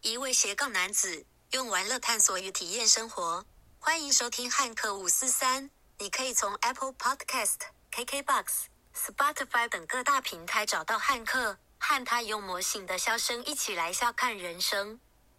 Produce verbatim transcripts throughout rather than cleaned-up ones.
一位斜杠男子用玩乐探索与体验生活。欢迎收听汉克五四三，你可以从 Apple Podcast、K K B O X、Spotify 等各大平台找到汉克，和他用魔性的笑声一起来笑看人生。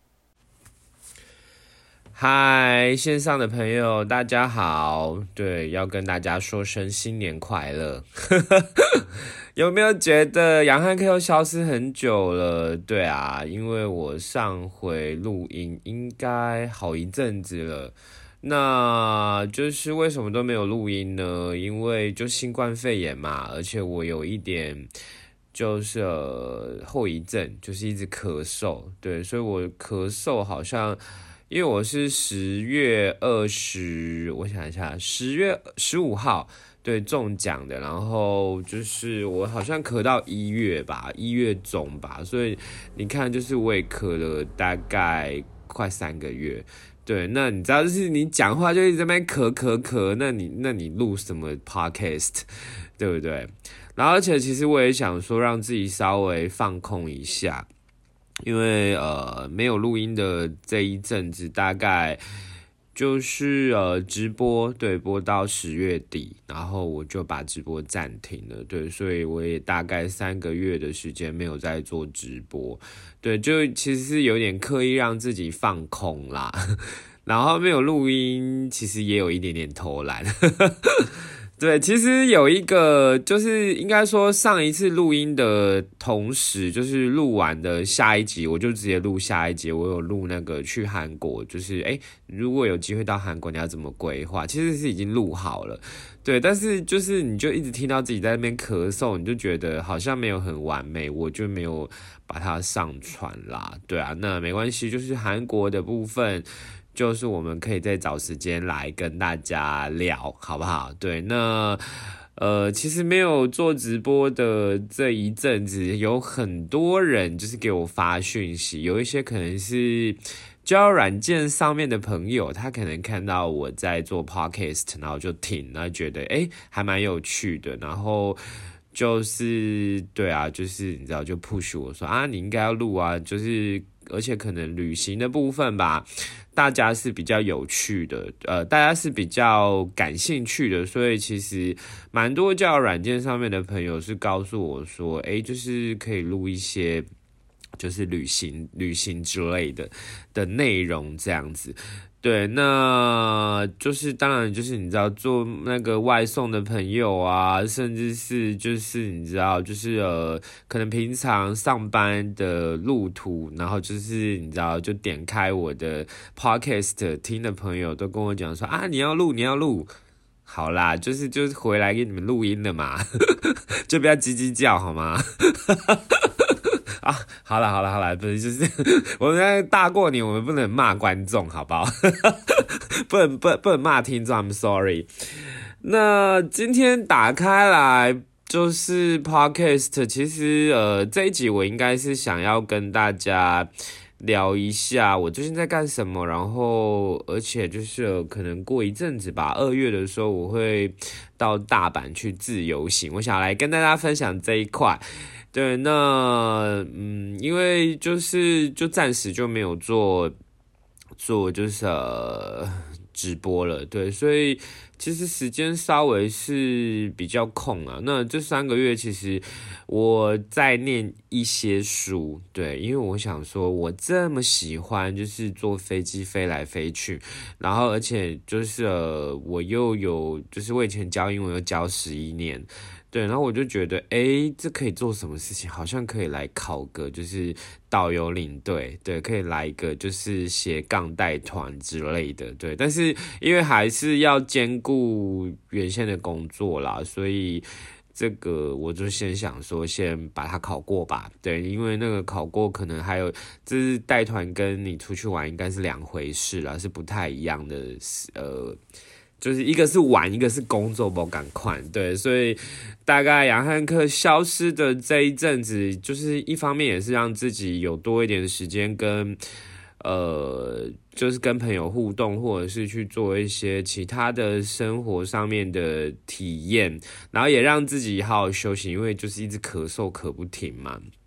嗨，线上的朋友，大家好。对，要跟大家说声新年快乐。有没有觉得杨汉克又消失很久了？对啊，因为我上回录音应该好一阵子了。那就是为什么都没有录音呢？因为就新冠肺炎嘛，而且我有一点就是、呃、后遗症，就是一直咳嗽。对，所以我咳嗽好像。因为我是十月二十，我想一下，十月十五号对中奖的，然后就是我好像咳到一月吧，一月中吧，所以你看，就是我也咳了大概快三个月。对，那你知道，就是你讲话就一直在那边咳咳咳，那你那你录什么 podcast， 对不对？然后而且其实我也想说，让自己稍微放空一下。因为呃没有录音的这一阵子，大概就是呃直播，对，播到十月底，然后我就把直播暂停了，对，所以我也大概三个月的时间没有在做直播，对，就其实是有点刻意让自己放空啦，然后没有录音，其实也有一点点偷懒。对，其实有一个，就是应该说上一次录音的同时，就是录完的下一集，我就直接录下一集。我有录那个去韩国，就是哎，如果有机会到韩国，你要怎么规划？其实是已经录好了，对。但是就是你就一直听到自己在那边咳嗽，你就觉得好像没有很完美，我就没有把它上传啦。对啊，那没关系，就是韩国的部分。就是我们可以再找时间来跟大家聊，好不好？对，那呃，其实没有做直播的这一阵子，有很多人就是给我发讯息，有一些可能是交友软件上面的朋友，他可能看到我在做 podcast， 然后就听，然后觉得诶还蛮有趣的，然后。就是对啊，就是你知道，就 push 我说啊，你应该要录啊，就是而且可能旅行的部分吧，大家是比较有趣的，呃，大家是比较感兴趣的，所以其实蛮多交友软件上面的朋友是告诉我说，哎，就是可以录一些。就是旅行、旅行之类的的内容这样子，对，那就是当然就是你知道做那个外送的朋友啊，甚至是就是你知道就是呃，可能平常上班的路途，然后就是你知道就点开我的 podcast 听的朋友都跟我讲说啊，你要录，你要录。好啦，就是就是回来给你们录音的嘛，就不要叽叽叫好吗？啊，好了好了好了，不是就是我们在大过年，我们不能骂观众，好不好？不能不不能骂听众 ，I'm sorry。那今天打开来就是 podcast， 其实呃这一集我应该是想要跟大家聊一下我最近在干什么，然后而且就是呃可能过一阵子吧，二月的时候我会到大阪去自由行，我想来跟大家分享这一块。对，那嗯，因为就是就暂时就没有做做就是呃直播了，对，所以其实时间稍微是比较空啊。那这三个月其实我在念一些书，对，因为我想说我这么喜欢就是坐飞机飞来飞去，然后而且就是呃我又有就是我以前教英文又教十一年。对，然后我就觉得，诶，这可以做什么事情？好像可以来考个，就是导游领队，对，可以来一个就是斜杠带团之类的，对。但是因为还是要兼顾原先的工作啦，所以这个我就先想说，先把它考过吧，对，因为那个考过可能还有，就是带团跟你出去玩应该是两回事啦，是不太一样的，呃。就是一个是玩，一个是工作，不赶快，对，所以大概杨汉克消失的这一阵子，就是一方面也是让自己有多一点时间跟呃，就是跟朋友互动，或者是去做一些其他的生活上面的体验，然后也让自己好好休息，因为就是一直咳嗽咳不停嘛。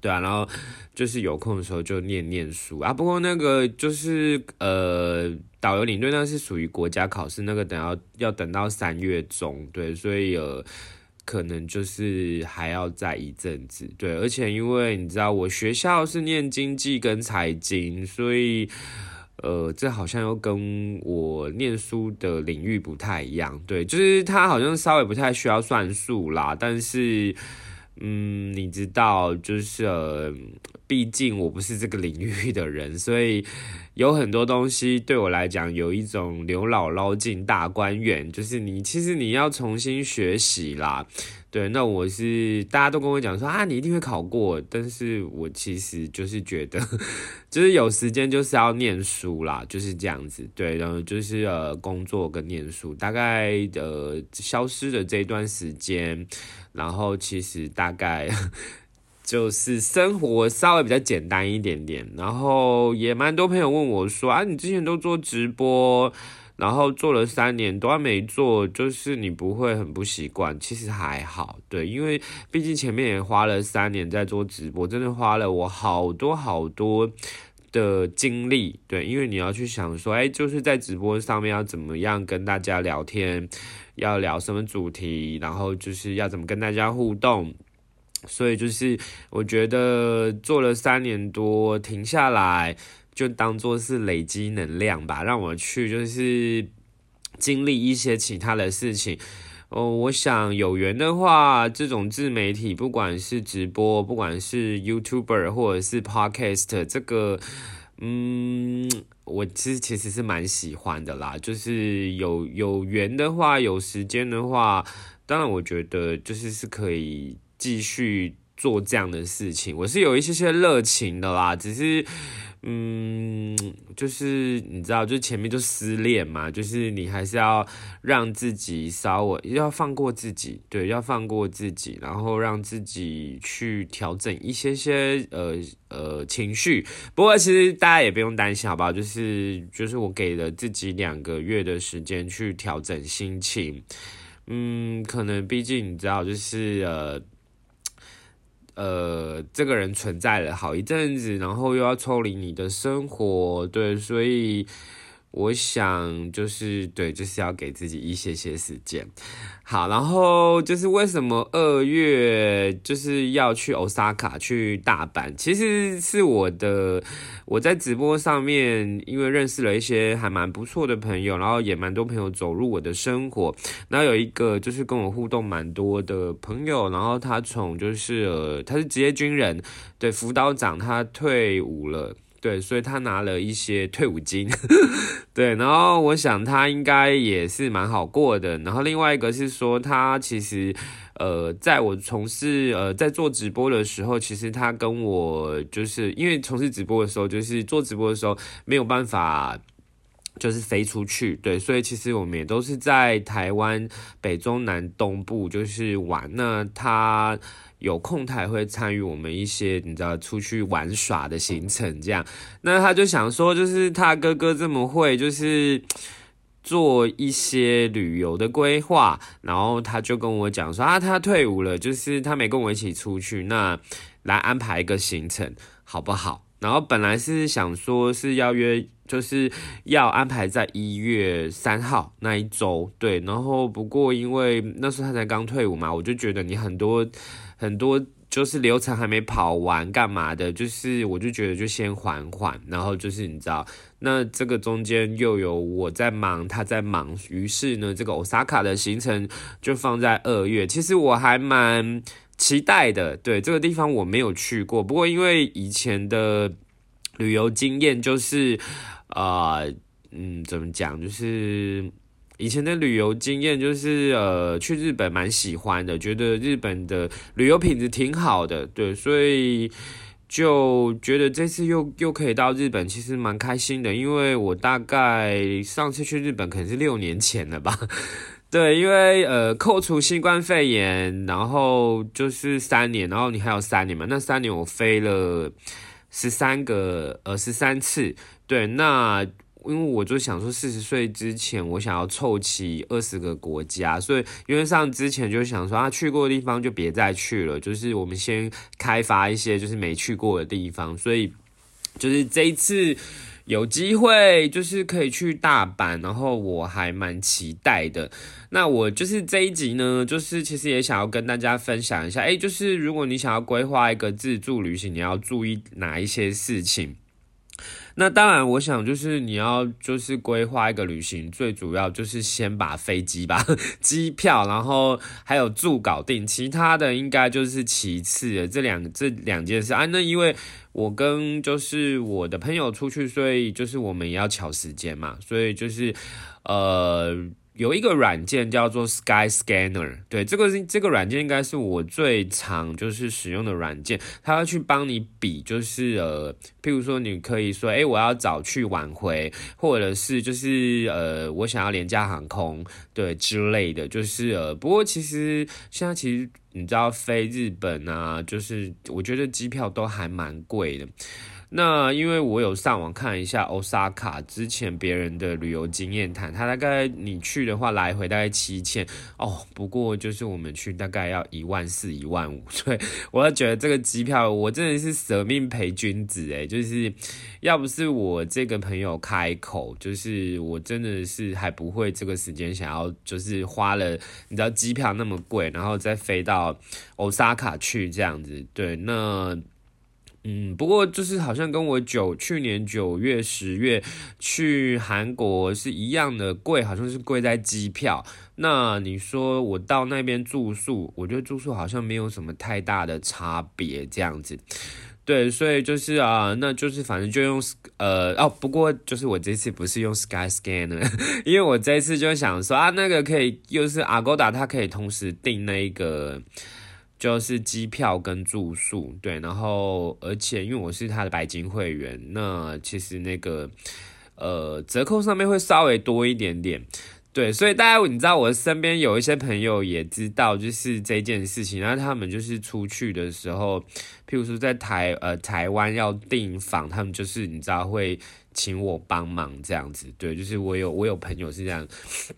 对啊，然后就是有空的时候就念念书啊。不过那个就是呃，导游领队那是属于国家考试，那个等要要等到三月中，对，所以呃，可能就是还要再一阵子，对。而且因为你知道我学校是念经济跟财经，所以呃，这好像又跟我念书的领域不太一样，对，就是它好像稍微不太需要算数啦，但是。嗯，你知道，就是呃，毕竟我不是这个领域的人，所以有很多东西对我来讲有一种刘姥姥进大观园，就是你其实你要重新学习啦。对，那我是大家都跟我讲说啊，你一定会考过，但是我其实就是觉得，就是有时间就是要念书啦，就是这样子。对，然后就是呃工作跟念书，大概呃消失的这段时间。然后其实大概就是生活稍微比较简单一点点，然后也蛮多朋友问我说啊，你之前都做直播，然后做了三年都还没做，就是你不会很不习惯？其实还好，对，因为毕竟前面也花了三年在做直播，真的花了我好多好多的精力，对，因为你要去想说，哎，就是在直播上面要怎么样跟大家聊天。要聊什么主题，然后就是要怎么跟大家互动，所以就是我觉得做了三年多，停下来就当作是累积能量吧，让我去就是经历一些其他的事情。哦，我想有缘的话，这种自媒体，不管是直播，不管是 YouTuber 或者是 Podcast， 这个。嗯，我其实其实是蛮喜欢的啦，就是有有缘的话，有时间的话，当然我觉得就是是可以继续做这样的事情，我是有一些些热情的啦，只是。嗯，就是你知道，就前面就失恋嘛，就是你还是要让自己稍微要放过自己，对，要放过自己，然后让自己去调整一些些呃呃情绪。不过其实大家也不用担心，好不好？就是就是我给了自己两个月的时间去调整心情。嗯，可能毕竟你知道，就是呃。呃，这个人存在了好一阵子，然后又要抽离你的生活，对，所以我想就是对，就是要给自己一些些时间。好，然后就是为什么二月就是要去 Osaka 去大阪，其实是我的我在直播上面，因为认识了一些还蛮不错的朋友，然后也蛮多朋友走入我的生活，然后有一个就是跟我互动蛮多的朋友，然后他从就是呃他是职业军人，对，辅导长，他退伍了。对，所以他拿了一些退伍金，对，然后我想他应该也是蛮好过的。然后另外一个是说，他其实，呃，在我从事呃在做直播的时候，其实他跟我就是因为从事直播的时候，就是做直播的时候没有办法。就是飞出去，对，所以其实我们也都是在台湾北中南东部就是玩。那他有空他也会参与我们一些你知道出去玩耍的行程这样。那他就想说，就是他哥哥这么会，就是做一些旅游的规划，然后他就跟我讲说啊，他退伍了，就是他没跟我一起出去，那来安排一个行程好不好？然后本来是想说是要约。就是要安排在一月三号那一周，对，然后不过因为那时候他才刚退伍嘛，我就觉得你很多很多就是流程还没跑完，干嘛的，就是我就觉得就先缓缓，然后就是你知道，那这个中间又有我在忙，他在忙，于是呢，这个 Osaka 的行程就放在二月，其实我还蛮期待的，对，这个地方我没有去过，不过因为以前的旅游经验就是。呃，嗯，怎么讲？就是以前的旅游经验，就是呃，去日本蛮喜欢的，觉得日本的旅游品质挺好的，对，所以就觉得这次又又可以到日本，其实蛮开心的，因为我大概上次去日本可能是六年前了吧。对，因为呃，扣除新冠肺炎，然后就是三年，然后你还有三年嘛，那三年我飞了十三个呃十三次。对，那因为我就想说四十岁之前我想要凑齐二十个国家，所以因为上之前就想说啊，去过的地方就别再去了，就是我们先开发一些就是没去过的地方，所以就是这一次有机会就是可以去大阪，然后我还蛮期待的。那我就是这一集呢，就是其实也想要跟大家分享一下，诶，就是如果你想要规划一个自助旅行，你要注意哪一些事情。那当然我想就是你要就是规划一个旅行，最主要就是先把飞机吧机票然后还有住搞定，其他的应该就是其次的，这两这两件事啊。那因为我跟就是我的朋友出去，所以就是我们也要巧时间嘛，所以就是呃有一个软件叫做 Sky Scanner， 对，这个这个软件应该是我最常就是使用的软件，它会去帮你比，就是呃，譬如说你可以说，哎，我要早去晚回，或者是就是呃，我想要廉价航空，对之类的，就是呃，不过其实现在其实你知道飞日本啊，就是我觉得机票都还蛮贵的。那因为我有上网看一下 Osaka 之前别人的旅游经验谈，他大概你去的话来回大概七千哦，不过就是我们去大概要一万四一万五，所以我就觉得这个机票我真的是舍命陪君子诶，就是要不是我这个朋友开口，就是我真的是还不会这个时间想要就是花了你知道机票那么贵，然后再飞到 Osaka 去这样子，对，那。嗯，不过就是好像跟我九去年九月、十月去韩国是一样的贵，好像是贵在机票。那你说我到那边住宿，我觉得住宿好像没有什么太大的差别，这样子。对，所以就是啊、呃，那就是反正就用呃哦，不过就是我这次不是用 Sky Scanner， 因为我这一次就想说啊，那个可以又是 Agoda， 它可以同时订那个。就是机票跟住宿，对，然后而且因为我是他的白金会员，那其实那个呃折扣上面会稍微多一点点，对，所以大家你知道我身边有一些朋友也知道就是这件事情，然后他们就是出去的时候，譬如说在台呃台湾要订房，他们就是你知道会请我帮忙这样子，对，就是我有我有朋友是这样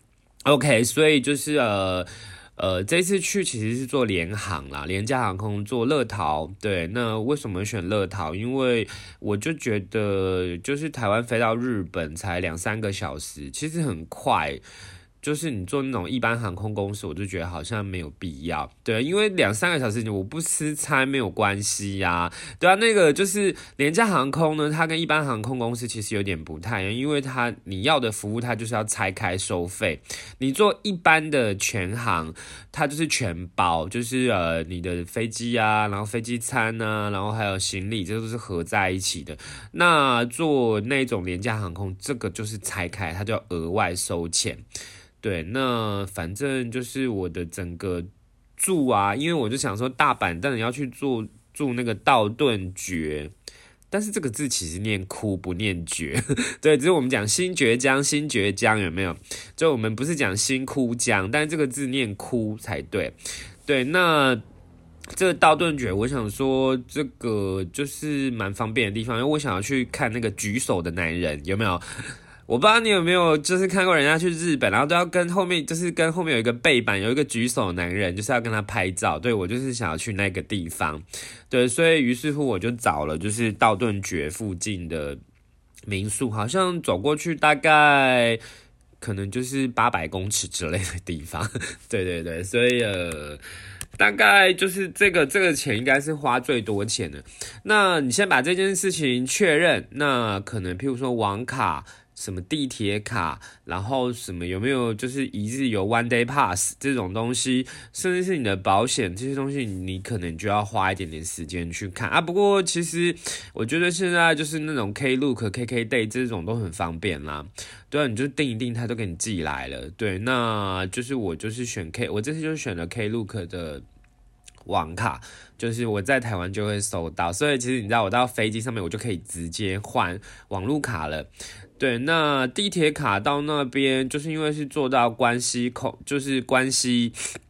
，OK， 所以就是呃。呃，这次去其实是做联航啦，廉价航空做乐桃，对，那为什么选乐桃？因为我就觉得，就是台湾飞到日本才两三个小时，其实很快。就是你做那种一般航空公司，我就觉得好像没有必要，对，因为两三个小时我不吃餐没有关系呀、啊，对啊，那个就是廉价航空呢，它跟一般航空公司其实有点不太一样，因为它你要的服务它就是要拆开收费，你做一般的全航，它就是全包，就是呃你的飞机啊，然后飞机餐啊，然后还有行李，这都是合在一起的。那做那种廉价航空，这个就是拆开，它就要额外收钱。对，那反正就是我的整个住啊，因为我就想说大阪当然要去住住那个道顿崛，但是这个字其实念哭不念崛，对，只是我们讲新崛江，新崛江有没有？就我们不是讲新哭江，但是这个字念哭才对。对，那这个道顿崛，我想说这个就是蛮方便的地方，因为我想要去看那个举手的男人，有没有？我不知道你有没有就是看过人家去日本，然后都要跟后面就是跟后面有一个背板，有一个举手男人，就是要跟他拍照。对，我就是想要去那个地方，对，所以于是乎我就找了就是道顿崛附近的民宿，好像走过去大概可能就是八百公尺之类的地方。对对对，所以呃。大概就是这个这个钱应该是花最多钱的。那你先把这件事情确认，那可能譬如说网卡、什么地铁卡，然后什么有没有就是一日游 one day pass 这种东西，甚至是你的保险这些东西，你可能就要花一点点时间去看啊。不过其实我觉得现在就是那种 Klook、K K Day 这种都很方便啦。对啊，你就订一订，它都给你寄来了。对，那就是我就是选 K， 我这次就选了 Klook 的网卡，就是我在台湾就会收到，所以其实你知道我到飞机上面我就可以直接换网路卡了。对，那地铁卡到那边就是因为是坐到关西口，就是关西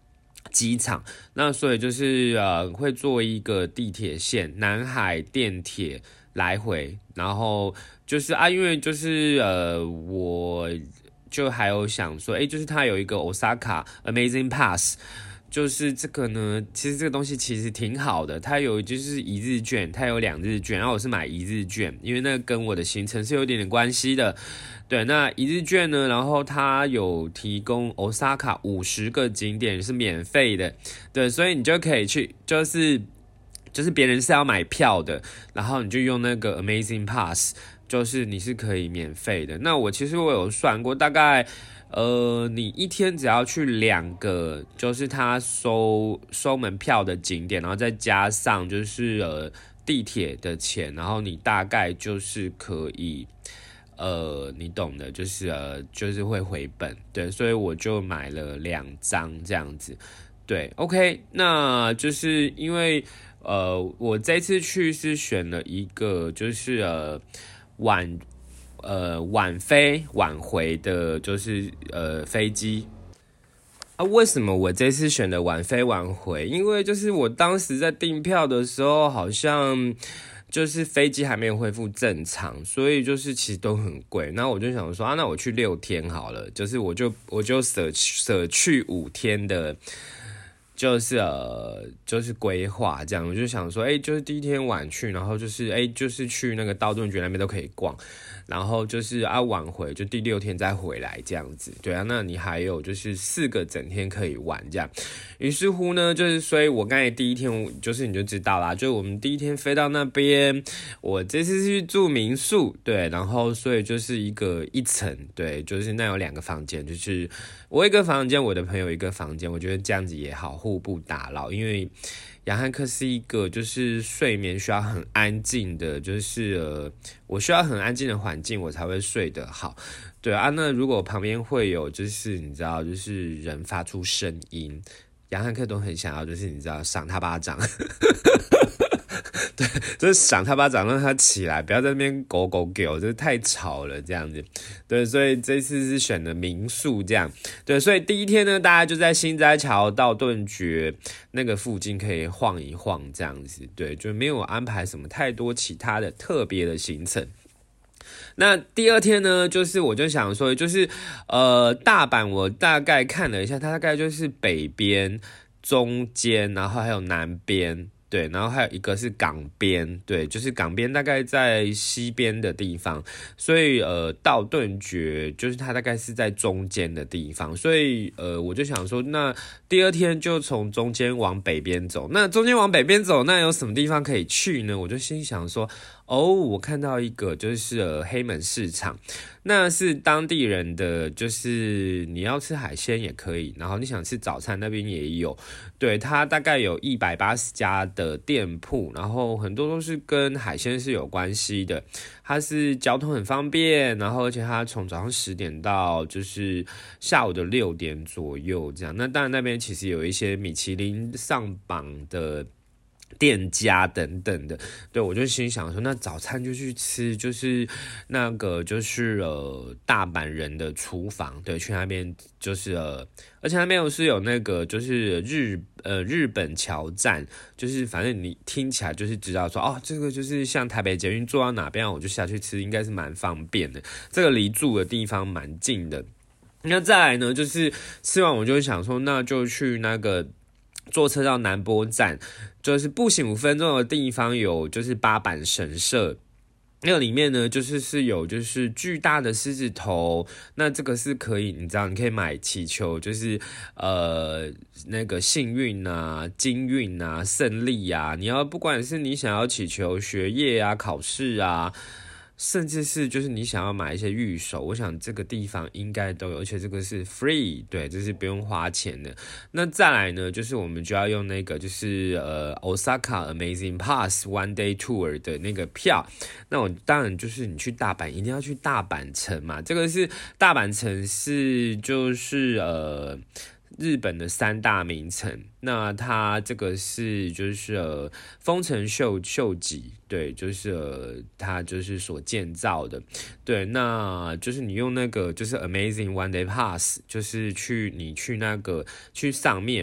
机场，那所以就是呃会坐一个地铁线，南海电铁来回，然后就是啊，因为就是呃我就还有想说，哎，就是它有一个 Osaka Amazing Pass。就是这个呢，其实这个东西其实挺好的，它有就是一日券，它有两日券，然后我是买一日券，因为那个跟我的行程是有点点关系的。对，那一日券呢，然后它有提供 Osaka 五十个景点是免费的，对，所以你就可以去，就是就是别人是要买票的，然后你就用那个 Amazing Pass， 就是你是可以免费的。那我其实我有算过，大概。呃，你一天只要去两个，就是他收收门票的景点，然后再加上就是呃地铁的钱，然后你大概就是可以，呃，你懂的，就是呃就是会回本，对，所以我就买了两张这样子，对 ，OK， 那就是因为呃我这次去是选了一个就是呃晚。呃，晚飞晚回的，就是呃飞机啊。为什么我这次选的晚飞晚回？因为就是我当时在订票的时候，好像就是飞机还没有恢复正常，所以就是其实都很贵。那我就想说啊，那我去六天好了，就是我就我就舍舍去五天的。就是呃，就是规划这样，我就想说，哎、欸，就是第一天晚去，然后就是哎、欸，就是去那个道顿崛那边都可以逛，然后就是啊晚回，就第六天再回来这样子，对啊，那你还有就是四个整天可以玩这样，于是乎呢，就是所以我刚才第一天就是你就知道啦，就我们第一天飞到那边，我这次是去住民宿，对，然后所以就是一个一层，对，就是那有两个房间，就是我一个房间，我的朋友一个房间，我觉得这样子也好。互不打扰，因为雅汉克是一个就是睡眠需要很安静的，就是呃，我需要很安静的环境，我才会睡得好。对啊，那如果旁边会有就是你知道，就是人发出声音，雅汉克都很想要，就是你知道赏他巴掌。对，就是赏他巴掌，让他起来，不要在那边狗狗狗，就是太吵了这样子。对，所以这次是选的民宿这样。对，所以第一天呢，大家就在新斋桥道顿崛那个附近可以晃一晃这样子。对，就没有安排什么太多其他的特别的行程。那第二天呢，就是我就想说，就是呃大阪，我大概看了一下，它大概就是北边、中间，然后还有南边。对，然后还有一个是港边，对，就是港边大概在西边的地方，所以呃道顿崛就是它大概是在中间的地方，所以呃我就想说，那第二天就从中间往北边走，那中间往北边走，那有什么地方可以去呢？我就心想说，哦，我看到一个就是呃黑门市场，那是当地人的，就是你要吃海鲜也可以，然后你想吃早餐那边也有，对，它大概有一百八十家的店铺，然后很多都是跟海鲜是有关系的，它是交通很方便，然后而且它从早上十点到就是下午的六点左右这样，那当然那边其实有一些米其林上榜的店家等等的，对，我就心想说，那早餐就去吃，就是那个就是呃大阪人的厨房，对，去那边就是呃，而且那边有是有那个就是日呃日本桥站，就是反正你听起来就是知道说，哦，这个就是像台北捷运坐到哪边，我就下去吃，应该是蛮方便的，这个离住的地方蛮近的。那再来呢，就是吃完我就想说，那就去那个。坐车到南波站，就是步行五分钟的地方有就是八坂神社，那个里面呢就是是有就是巨大的狮子头，那这个是可以你知道你可以买祈求就是呃那个幸运啊、金运啊、胜利啊，你要不管是你想要祈求学业啊、考试啊。甚至是就是你想要买一些御守，我想这个地方应该都有，而且这个是 free， 对，这是不用花钱的。那再来呢，就是我们就要用那个就是呃 Osaka Amazing Pass One Day Tour 的那个票。那我当然就是你去大阪一定要去大阪城嘛，这个是大阪城是就是呃。日本的三大名城，那它这个是就是呃丰臣秀秀吉，对，就是呃它就是所建造的，对，那就是你用那个就是 Amazing One Day Pass，就是去你去那个去上面。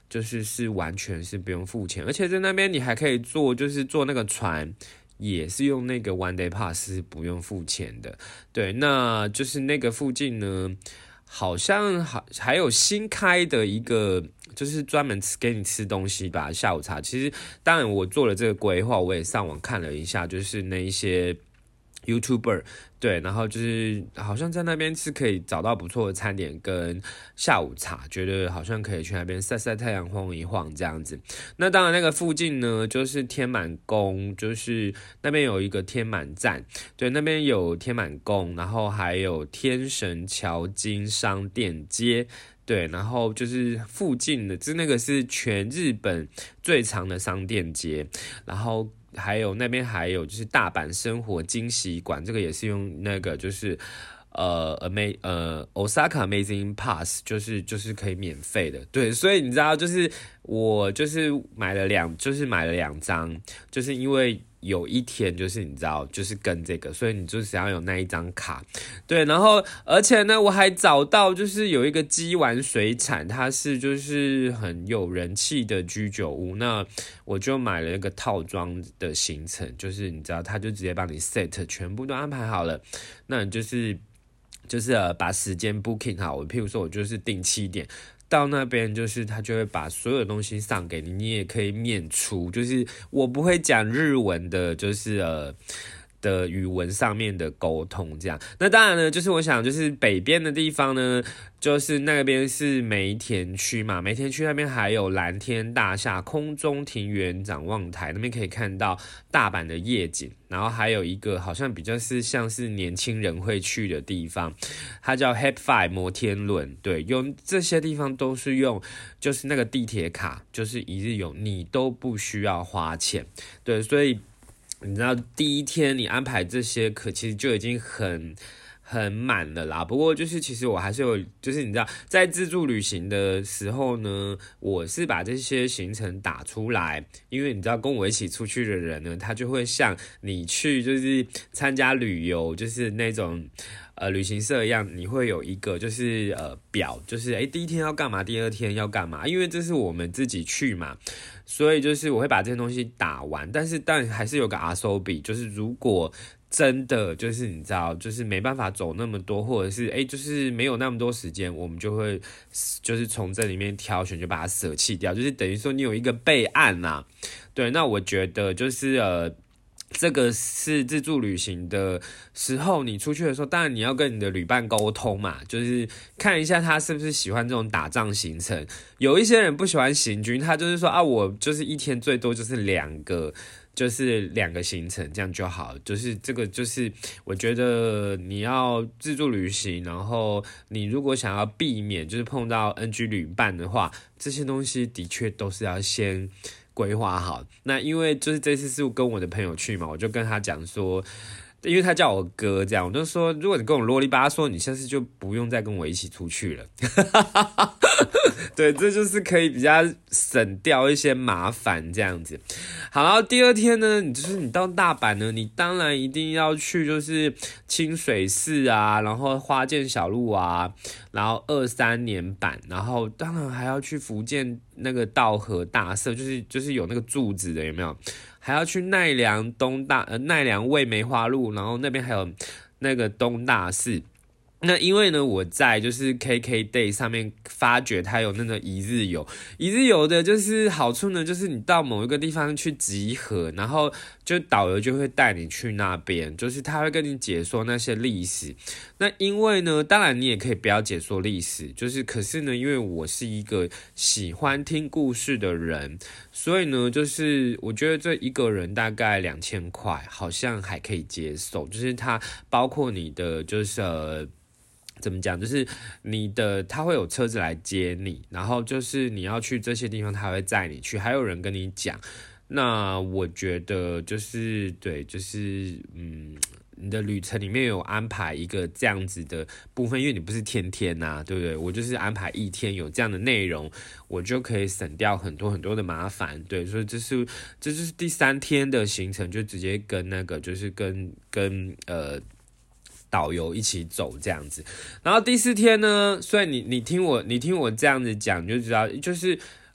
就是是完全是不用付钱，而且在那边你还可以坐，就是坐那个船。也是用那个 one day pass 是不用付钱的，对，那就是那个附近呢，好像还还有新开的一个，就是专门给你吃东西吧，下午茶。其实当然我做了这个规划，我也上网看了一下，就是那一些 YouTuber。对，然后就是好像在那边是可以找到不错的餐点跟下午茶，觉得好像可以去那边晒晒太阳、晃一晃这样子。那当然，那个附近呢，就是天满宫，就是那边有一个天满站，对，那边有天满宫，然后还有天神桥经商店街。对，然后就是附近的，就是那个是全日本最长的商店街，然后。还有那边还有就是大阪生活惊喜馆，这个也是用那个就是呃 Ama 呃 Osaka Amazing Pass， 就是就是可以免费的，对，所以你知道就是我就是买了两就是买了两张，就是因为。有一天就是你知道就是跟这个，所以你就只要有那一张卡，对，然后而且呢我还找到就是有一个鸡丸水产，它是就是很有人气的居酒屋，那我就买了一个套装的行程，就是你知道他就直接帮你 set 全部都安排好了，那你就是就是呃把时间 booking 好，我譬如说我就是定七点。到那边就是他就会把所有东西上给你，你也可以免除，就是我不会讲日文的，就是呃的语文上面的沟通这样。那当然呢，就是我想就是北边的地方呢，就是那边是梅田区嘛，梅田区那边还有蓝天大厦、空中庭园展望台，那边可以看到大阪的夜景。然后还有一个好像比较是像是年轻人会去的地方，它叫 Happy Five 摩天轮，对，用这些地方都是用就是那个地铁卡，就是一日游，你都不需要花钱，对，所以你知道第一天你安排这些可其实就已经很。很满了啦，不过就是其实我还是有，就是你知道，在自助旅行的时候呢，我是把这些行程打出来，因为你知道跟我一起出去的人呢，他就会像你去就是参加旅游，就是那种呃旅行社一样，你会有一个就是呃表，就是哎第一天要干嘛，第二天要干嘛，因为这是我们自己去嘛。所以就是我会把这些东西打完，但是但还是有个 A S O B， 就是如果真的就是你知道，就是没办法走那么多，或者是哎就是没有那么多时间，我们就会就是从这里面挑选，就把它舍弃掉，就是等于说你有一个备案啦。对，那我觉得就是呃。这个是自助旅行的时候，你出去的时候，当然你要跟你的旅伴沟通嘛，就是看一下他是不是喜欢这种打仗行程。有一些人不喜欢行军，他就是说啊，我就是一天最多就是两个。就是两个行程这样就好，就是这个就是我觉得你要自助旅行，然后你如果想要避免就是碰到 N G 旅伴的话，这些东西的确都是要先规划好。那因为就是这次是跟我的朋友去嘛，我就跟他讲说。因为他叫我哥，这样我就说，如果你跟我啰里吧嗦，你下次就不用再跟我一起出去了。对，这就是可以比较省掉一些麻烦这样子。好，然后第二天呢，你就是你到大阪呢，你当然一定要去就是清水寺啊，然后花见小路啊，然后二三年坂，然后当然还要去福建那个稻荷大社，就是就是有那个柱子的，有没有？还要去奈良东大呃奈良味梅花鹿，然后那边还有那个东大寺。那因为呢，我在就是 K K Day 上面发觉它有那个一日游，一日游的就是好处呢，就是你到某一个地方去集合，然后就导游就会带你去那边，就是他会跟你解说那些历史。那因为呢，当然你也可以不要解说历史，就是可是呢，因为我是一个喜欢听故事的人，所以呢，就是我觉得这一个人大概两千块，好像还可以接受，就是它包括你的就是呃。怎么讲？就是你的，他会有车子来接你，然后就是你要去这些地方，他会载你去，还有人跟你讲。那我觉得就是对，就是嗯，你的旅程里面有安排一个这样子的部分，因为你不是天天呐、啊，对不对？我就是安排一天有这样的内容，我就可以省掉很多很多的麻烦。对，所以这是这就是第三天的行程，就直接跟那个就是跟跟呃。导游一起走这样子，然后第四天呢，所以你你听我你听我这样子讲，你就知道，就是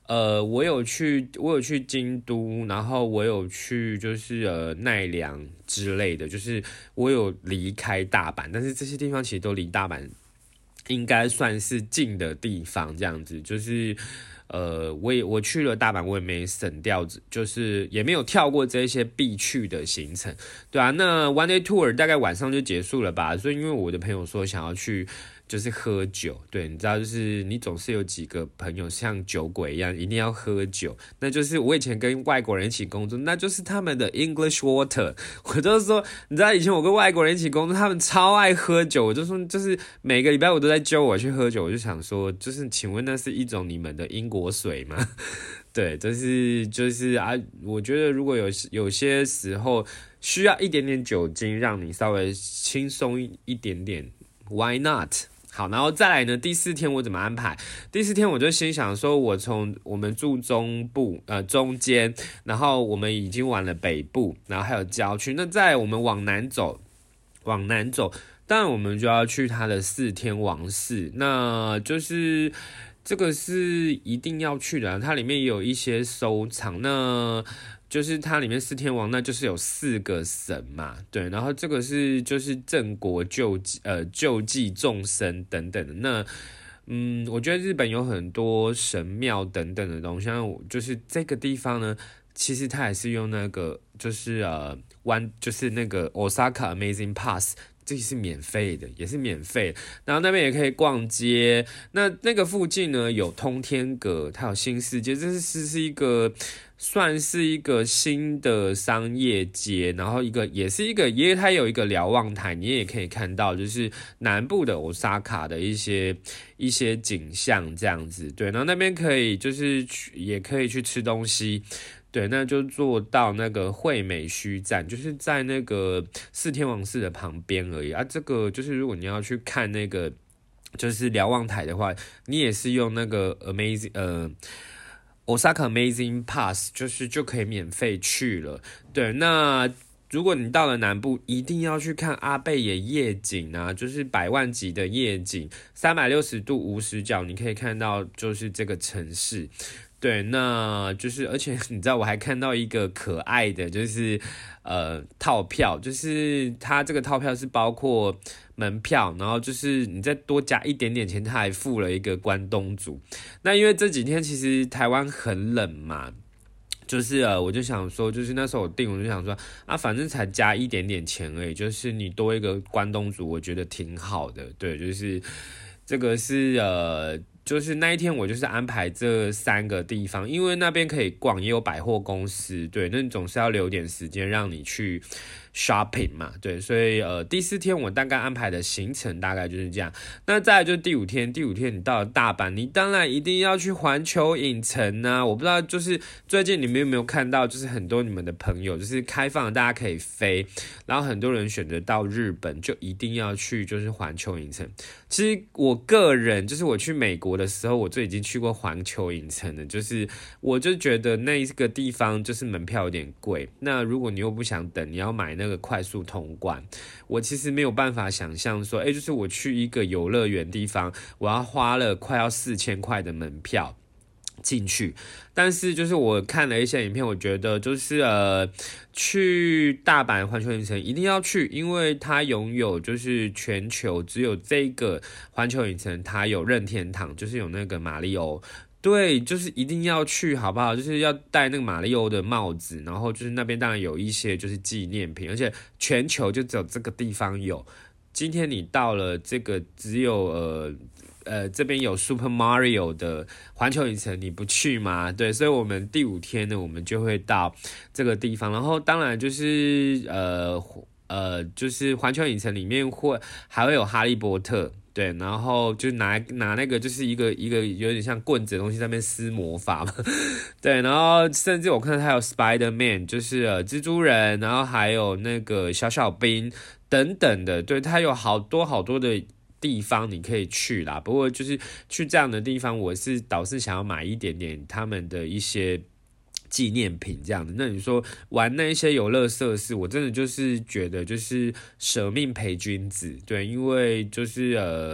呃，我有去，我有去京都，然后我有去就是呃奈良之类的，就是我有离开大阪，但是这些地方其实都离大阪应该算是近的地方，这样子就是。呃，我也我去了大阪，我也没省掉，就是也没有跳过这些必去的行程，对啊。那 one day tour 大概晚上就结束了吧，所以因为我的朋友说想要去。就是喝酒，对，你知道，就是你总是有几个朋友像酒鬼一样，一定要喝酒。那就是我以前跟外国人一起工作，那就是他们的 English water。我就是说，你知道以前我跟外国人一起工作，他们超爱喝酒，我就说，就是每个礼拜我都在揪我去喝酒，我就想说，就是请问那是一种你们的英国水吗？对，就是就是啊，我觉得如果有有些时候需要一点点酒精，让你稍微轻松一点点 ，Why not？好，然后再来呢？第四天我怎么安排？第四天我就心想说，我从我们住中部，呃中间，然后我们已经玩了北部，然后还有郊区。那再来我们往南走，往南走，当然我们就要去它的四天王寺，那就是这个是一定要去的、啊，它里面也有一些收藏。那就是它里面四天王，那就是有四个神嘛，对，然后这个是就是正国救呃救济众生等等的。那嗯，我觉得日本有很多神庙等等的东西，像就是这个地方呢，其实它也是用那个就是呃弯就是那个 Osaka Amazing Pass。这是免费的，也是免费的，然后那边也可以逛街。那那个附近呢，有通天阁，它有新世界，这是是一个算是一个新的商业街，然后一个也是一个，因为它有一个瞭望台，你也可以看到就是南部的 Osaka 的一些一些景象这样子。对，然后那边可以就是去，也可以去吃东西。对，那就坐到那个惠美须站，就是在那个四天王寺的旁边而已啊。这个就是如果你要去看那个就是瞭望台的话，你也是用那个 Amazing 呃 Osaka Amazing Pass， 就是就可以免费去了。对，那如果你到了南部，一定要去看阿倍野夜景啊，就是百万级的夜景，三百六十度无死角，你可以看到就是这个城市。对，那就是而且你知道我还看到一个可爱的就是呃套票，就是它这个套票是包括门票，然后就是你再多加一点点钱，它还附了一个关东煮。那因为这几天其实台湾很冷嘛，就是呃我就想说，就是那时候我订，我就想说啊，反正才加一点点钱而已，就是你多一个关东煮，我觉得挺好的。对，就是这个是呃。就是那一天我就是安排这三个地方，因为那边可以逛，也有百货公司，对，那总是要留点时间让你去 shopping 嘛，对，所以呃第四天我大概安排的行程大概就是这样。那再来就是第五天，第五天你到了大阪，你当然一定要去环球影城啊！我不知道就是最近你们有没有看到，就是很多你们的朋友就是开放大家可以飞，然后很多人选择到日本就一定要去就是环球影城。其实我个人就是我去美国的时候，我就已经去过环球影城了，就是我就觉得那一个地方就是门票有点贵，那如果你又不想等，你要买那个快速通关，我其实没有办法想象说，哎，就是我去一个游乐园地方，我要花了快要四千块的门票进去。但是就是我看了一些影片，我觉得就是呃，去大阪环球影城一定要去，因为它拥有就是全球只有这个环球影城它有任天堂，就是有那个马里奥。对，就是一定要去，好不好？就是要戴那个马里奥的帽子，然后就是那边当然有一些就是纪念品，而且全球就只有这个地方有。今天你到了这个只有呃。呃，这边有 Super Mario 的环球影城，你不去吗？对，所以我们第五天呢，我们就会到这个地方，然后当然就是呃呃，就是环球影城里面会还会有哈利波特。对，然后就拿拿那个就是一个一个有点像棍子的东西在那边施魔法嘛，对，然后甚至我看到他有 Spider-Man， 就是呃蜘蛛人，然后还有那个小小兵等等的，对，他有好多好多的地方你可以去啦。不过就是去这样的地方，我是倒是想要买一点点他们的一些纪念品这样的。那你说玩那些游乐设施，我真的就是觉得就是舍命陪君子，对，因为就是呃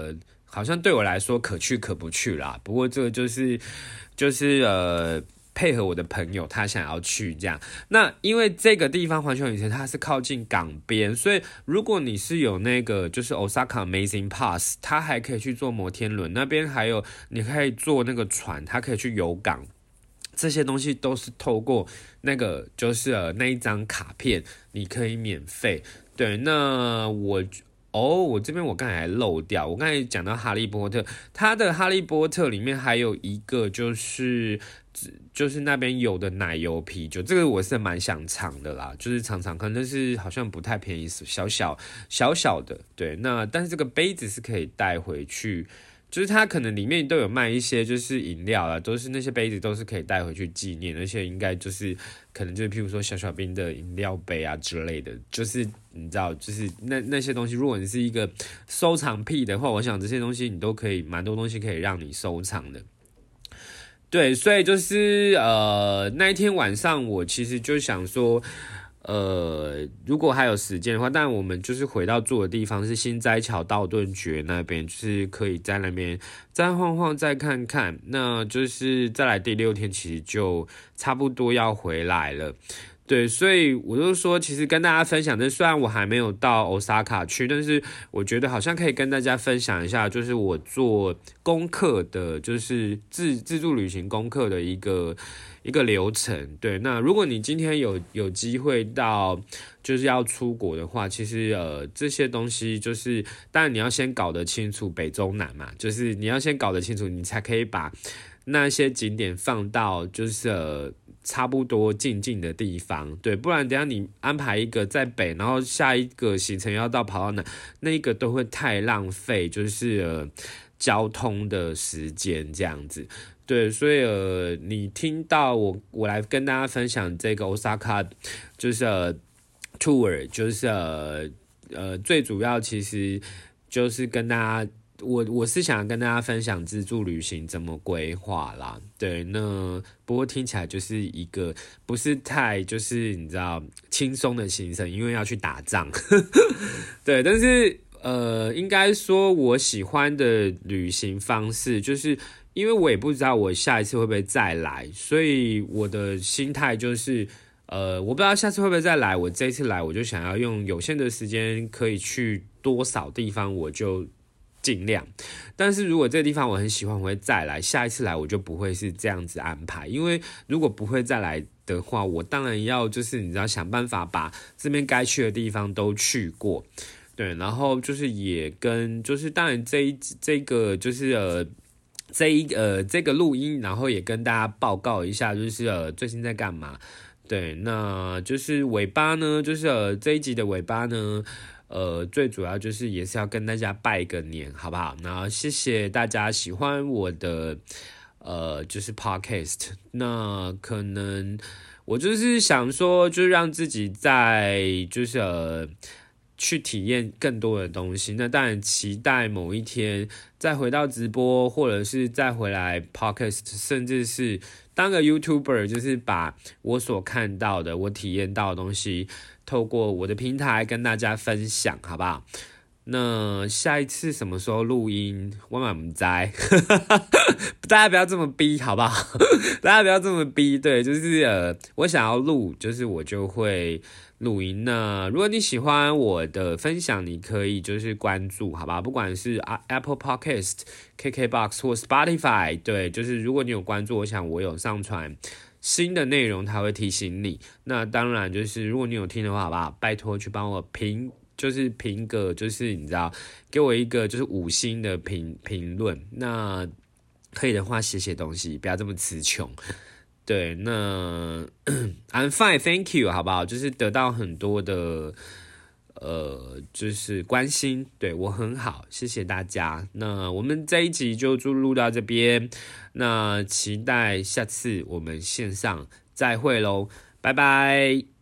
好像对我来说可去可不去啦。不过这个就是就是呃。配合我的朋友，他想要去这样。那因为这个地方环球影城它是靠近港边，所以如果你是有那个就是 Osaka Amazing Pass， 它还可以去坐摩天轮，那边还有你可以坐那个船，它可以去游港。这些东西都是透过那个就是呃那一张卡片，你可以免费。对，那我。哦，我这边我刚才还漏掉，我刚才讲到哈利波特，它的哈利波特里面还有一个就是就是那边有的奶油啤酒，这个我是蛮想尝的啦，就是尝尝看，但是好像不太便宜，小小小小的，对，那但是这个杯子是可以带回去。就是它可能里面都有卖一些就是饮料啊，都是那些杯子都是可以带回去纪念，而且应该就是可能就是譬如说小小冰的饮料杯啊之类的，就是你知道，就是那那些东西，如果你是一个收藏癖的话，我想这些东西你都可以，蛮多东西可以让你收藏的。对，所以就是呃那一天晚上我其实就想说。呃，如果还有时间的话，但我们就是回到住的地方是新斋桥道顿崛那边，就是可以在那边再晃晃再看看。那就是再来第六天，其实就差不多要回来了。对，所以我就说，其实跟大家分享的，虽然我还没有到 Osaka 去，但是我觉得好像可以跟大家分享一下，就是我做功课的，就是自自助旅行功课的一个一个流程。对，那如果你今天有有机会到，就是要出国的话，其实呃这些东西就是，当然你要先搞得清楚北中南嘛，就是你要先搞得清楚，你才可以把那些景点放到就是呃。差不多近近的地方，对，不然等一下你安排一个在北，然后下一个行程要到跑到南，那个都会太浪费，就是呃交通的时间这样子，对，所以呃你听到我我来跟大家分享这个 Osaka 就是呃 tour， 就是呃呃最主要其实就是跟大家。我我是想跟大家分享自助旅行怎么规划啦，对，那不过听起来就是一个不是太就是你知道轻松的行程，因为要去打仗，对，但是呃，应该说我喜欢的旅行方式，就是因为我也不知道我下一次会不会再来，所以我的心态就是。呃，我不知道下次会不会再来，我这一次来我就想要用有限的时间可以去多少地方，我就。尽量，但是如果这个地方我很喜欢，我会再来。下一次来我就不会是这样子安排，因为如果不会再来的话，我当然要就是你知道想办法把这边该去的地方都去过，对，然后就是也跟就是当然这一这个就是呃这一呃这个录音，然后也跟大家报告一下，就是呃最近在干嘛，对，那就是尾巴呢，就是呃这一集的尾巴呢。呃，最主要就是也是要跟大家拜个年，好不好？然后谢谢大家喜欢我的呃，就是 podcast。那可能我就是想说，就让自己在就是呃去体验更多的东西。那当然期待某一天再回到直播，或者是再回来 podcast， 甚至是当个 YouTuber， 就是把我所看到的、我体验到的东西。透过我的平台跟大家分享，好不好？那下一次什么时候录音，我满不在，大家不要这么逼，好不好？大家不要这么逼，对，就是呃，我想要录，就是我就会录音。那如果你喜欢我的分享，你可以就是关注，好吧？不管是 Apple Podcast、K K Box 或 Spotify， 对，就是如果你有关注，我想我有上传。新的内容它会提醒你，那当然就是如果你有听的话，好不好？拜托去帮我评，就是评个，就是你知道，给我一个就是五星的评评论。那可以的话写写东西，不要这么词穷。对，那 I'm fine, thank you， 好不好？就是得到很多的。呃，就是关心，对我很好，谢谢大家。那我们这一集就就录到这边，那期待下次我们线上再会咯，拜拜。